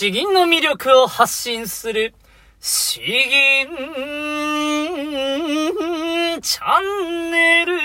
詩吟の魅力を発信する詩吟チャンネル。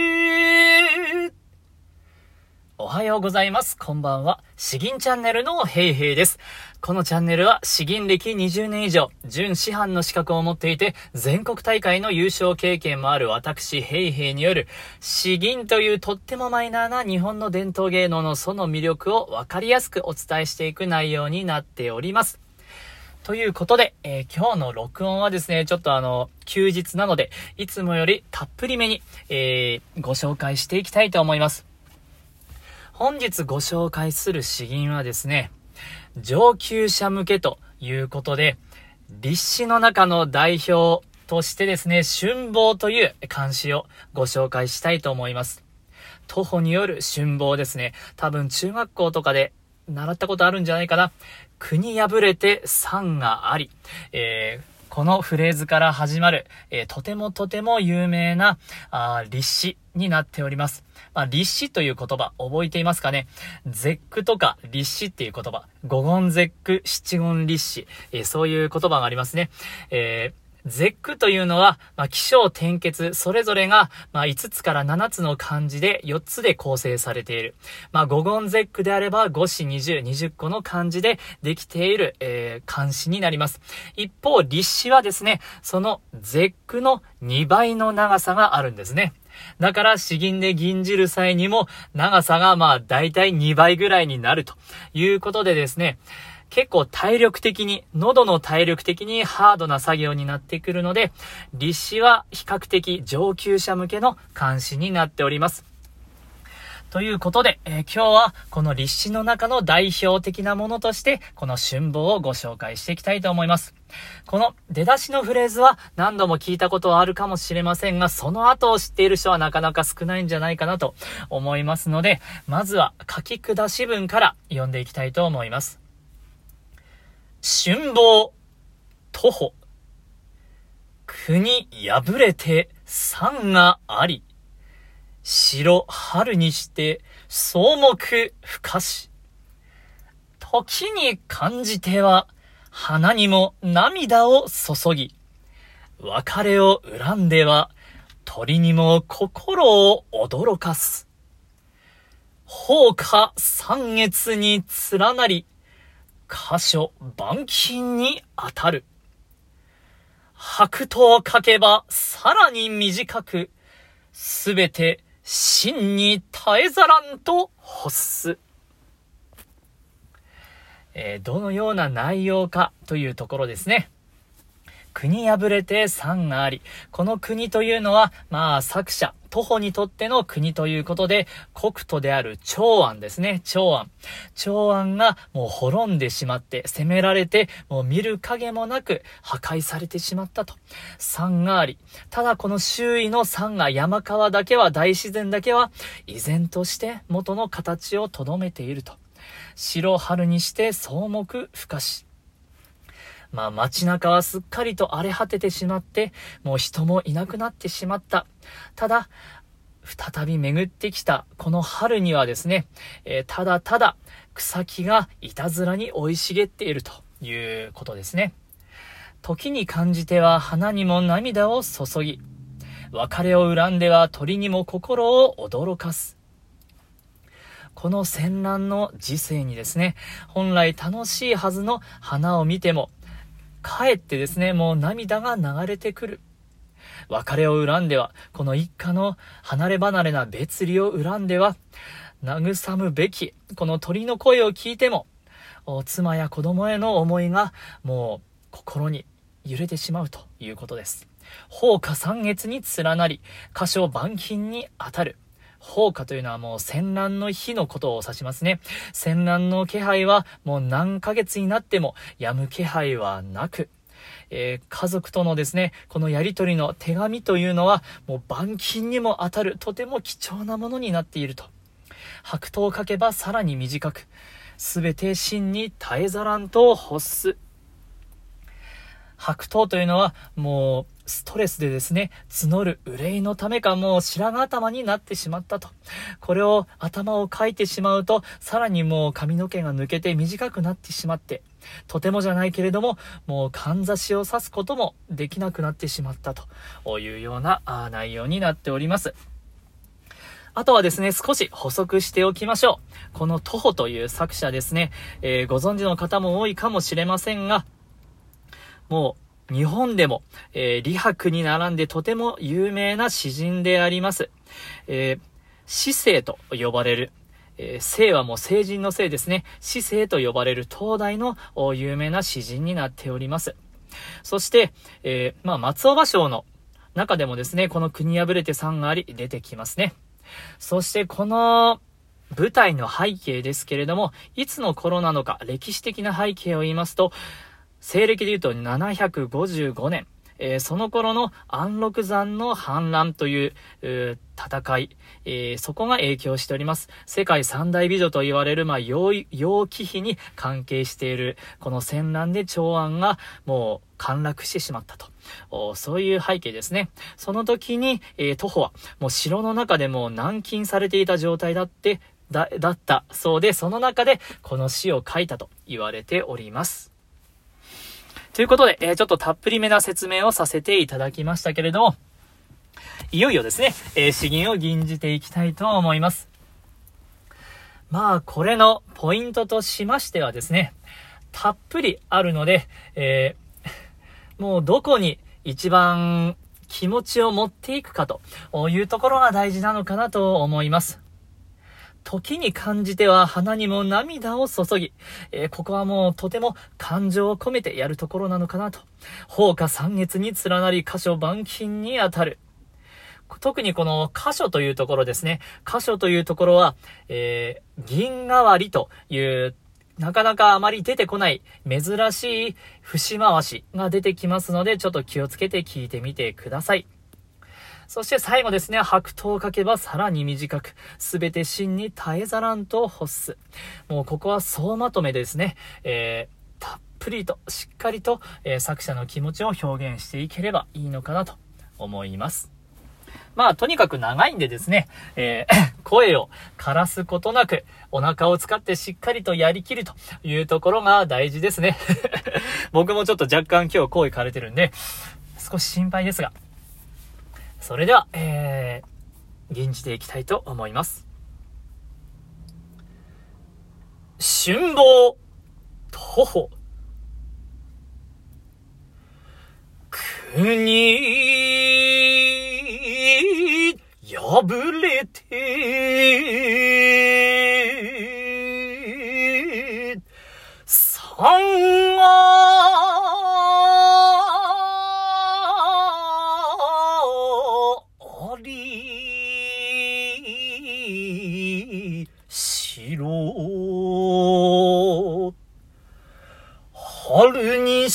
おはようございます。こんばんは。詩吟チャンネルのヘイヘイです。このチャンネルは詩吟歴20年以上、準師範の資格を持っていて、全国大会の優勝経験もある私ヘイヘイによる詩吟というとってもマイナーな日本の伝統芸能のその魅力をわかりやすくお伝えしていく内容になっております。ということで、今日の録音はですね、ちょっと休日なので、いつもよりたっぷりめに、ご紹介していきたいと思います。本日ご紹介する詩吟はですね、上級者向けということで、立詩の中の代表としてですね、春望という漢詩をご紹介したいと思います。徒歩による春望ですね。多分中学校とかで習ったことあるんじゃないかな。国破れて山があり、このフレーズから始まる、とても有名な立詩になっております。立詩という言葉覚えていますかね。絶句とか立詩っていう言葉、五言絶句、七言立詩、そういう言葉がありますね。絶句というのは、起承転結それぞれが、5つから7つの漢字で4つで構成されている。五言絶句であれば5詩20個の漢字でできている、漢詩になります。一方、立詩はですね、その絶句の2倍の長さがあるんですね。だから詩吟で吟じる際にも長さがだいたい2倍ぐらいになるということでですね、結構喉の体力的にハードな作業になってくるので、立詩は比較的上級者向けの漢詩になっております。ということで、今日はこの立詩の中の代表的なものとして、この春望をご紹介していきたいと思います。この出だしのフレーズは何度も聞いたことはあるかもしれませんが、その後を知っている人はなかなか少ないんじゃないかなと思いますので、まずは書き下し文から読んでいきたいと思います。春望、徒歩。国破れて山があり。白春にして草木深し。時に感じては花にも涙を注ぎ。別れを恨んでは鳥にも心を驚かす。宝花三月に連なり。箇所板金に当たる。白頭書けばさらに短く、すべて真に絶えざらんと欲す。どのような内容かというところですね。国破れて山があり。この国というのは、作者、徒歩にとっての国ということで、国土である長安ですね。長安がもう滅んでしまって、攻められて、もう見る影もなく破壊されてしまったと。山があり。ただこの周囲の山が山川だけは、大自然だけは、依然として元の形をとどめていると。白春にして草木深し。街中はすっかりと荒れ果ててしまって、もう人もいなくなってしまった。ただ、再び巡ってきたこの春にはですね、ただ草木がいたずらに生い茂っているということですね。時に感じては花にも涙を注ぎ、別れを恨んでは鳥にも心を驚かす。この戦乱の時世にですね、本来楽しいはずの花を見ても、かえってですね、もう涙が流れてくる。別れを恨んでは、この一家の離れ離れな別離を恨んでは、慰むべき、この鳥の声を聞いても、妻や子供への思いがもう心に揺れてしまうということです。宝花三月に連なり、箇所板金に当たる。宝花というのはもう戦乱の日のことを指しますね。戦乱の気配はもう何ヶ月になっても止む気配はなく、家族とのですね、このやりとりの手紙というのはもう板金にも当たるとても貴重なものになっていると。白頭を書けばさらに短く、すべて真に絶えざらんと欲す。 白頭というのはもうストレスでですね、募る憂いのためかもう白髪頭になってしまったと。これを頭をかいてしまうと、さらにもう髪の毛が抜けて短くなってしまって、とてもじゃないけれども、もうかんざしを刺すこともできなくなってしまったというような内容になっております。あとはですね、少し補足しておきましょう。この徒歩という作者ですね、ご存知の方も多いかもしれませんが、もう日本でも、李白に並んでとても有名な詩人であります。詩聖と呼ばれる、聖はもう聖人の聖ですね。詩聖と呼ばれる東大の有名な詩人になっております。そして、松尾芭蕉の中でもですね、この国破れて山があり出てきますね。そしてこの舞台の背景ですけれども、いつの頃なのか、歴史的な背景を言いますと、西暦で言うと755年、その頃の安禄山の反乱という戦い、そこが影響しております。世界三大美女と言われる、楊貴妃に関係しているこの戦乱で長安がもう陥落してしまったと、そういう背景ですね。その時に、徒歩はもう城の中でも軟禁されていた状態だったそうで、その中でこの詩を書いたと言われております。ということで、ちょっとたっぷりめな説明をさせていただきましたけれども、いよいよですね、詩吟を吟じていきたいと思います。これのポイントとしましてはですね、たっぷりあるので、もうどこに一番気持ちを持っていくかというところが大事なのかなと思います。時に感じては鼻にも涙を注ぎ、ここはもうとても感情を込めてやるところなのかなと。法華三月に連なり箇所万金にあたる。特にこの箇所というところですね。箇所というところは、銀替わりというなかなかあまり出てこない珍しい節回しが出てきますので、ちょっと気をつけて聞いてみてください。そして最後ですね、白頭を書けばさらに短く、すべて真に絶えざらんと欲す。もうここは総まとめですね。たっぷりと、しっかりと、作者の気持ちを表現していければいいのかなと思います。とにかく長いんでですね、声を枯らすことなく、お腹を使ってしっかりとやりきるというところが大事ですね。僕もちょっと若干今日声枯れてるんで、少し心配ですが、それでは、吟じていきたいと思います。春望徒歩国破れて山があり白春に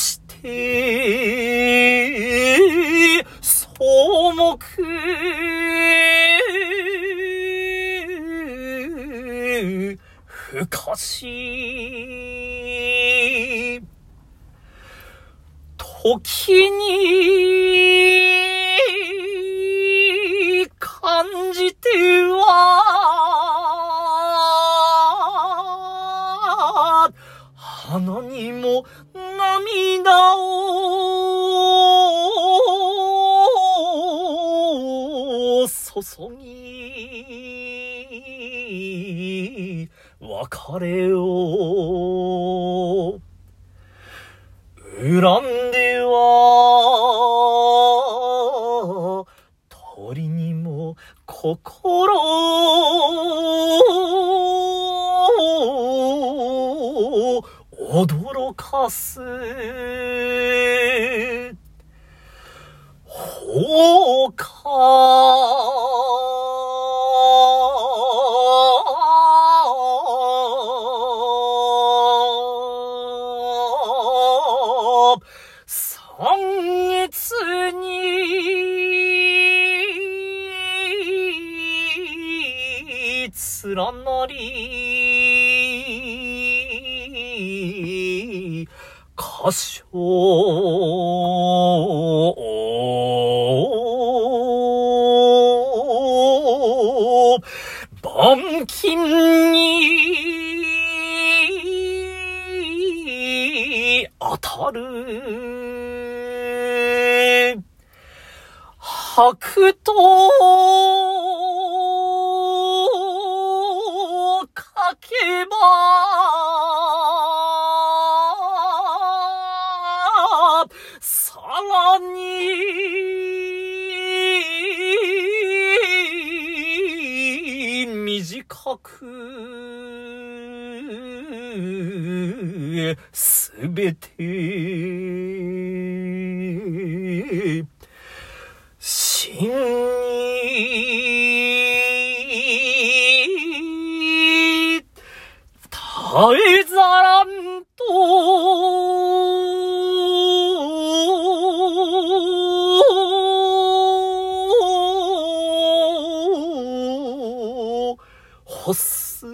して草木ふかし時に感じては鼻にも涙を注ぎ別れを恨んでは鳥にも心を驚かす放火三月に連なり箇所る。白桃かけばさらに短くすべて真に絶えざらんと欲す。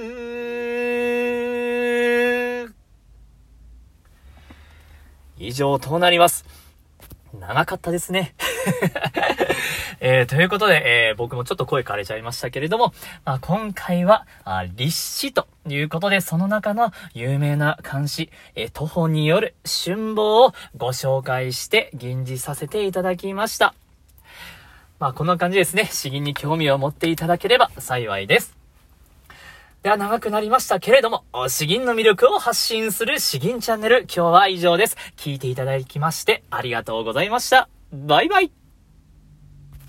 以上となります。長かったですね。ということで、僕もちょっと声枯れちゃいましたけれども、今回は、立志ということで、その中の有名な漢詩、徒歩による春望をご紹介して吟じさせていただきました。こんな感じですね。詩吟に興味を持っていただければ幸いです。では長くなりましたけれども、詩吟の魅力を発信する詩吟チャンネル、今日は以上です。聞いていただきましてありがとうございました。バイバイ。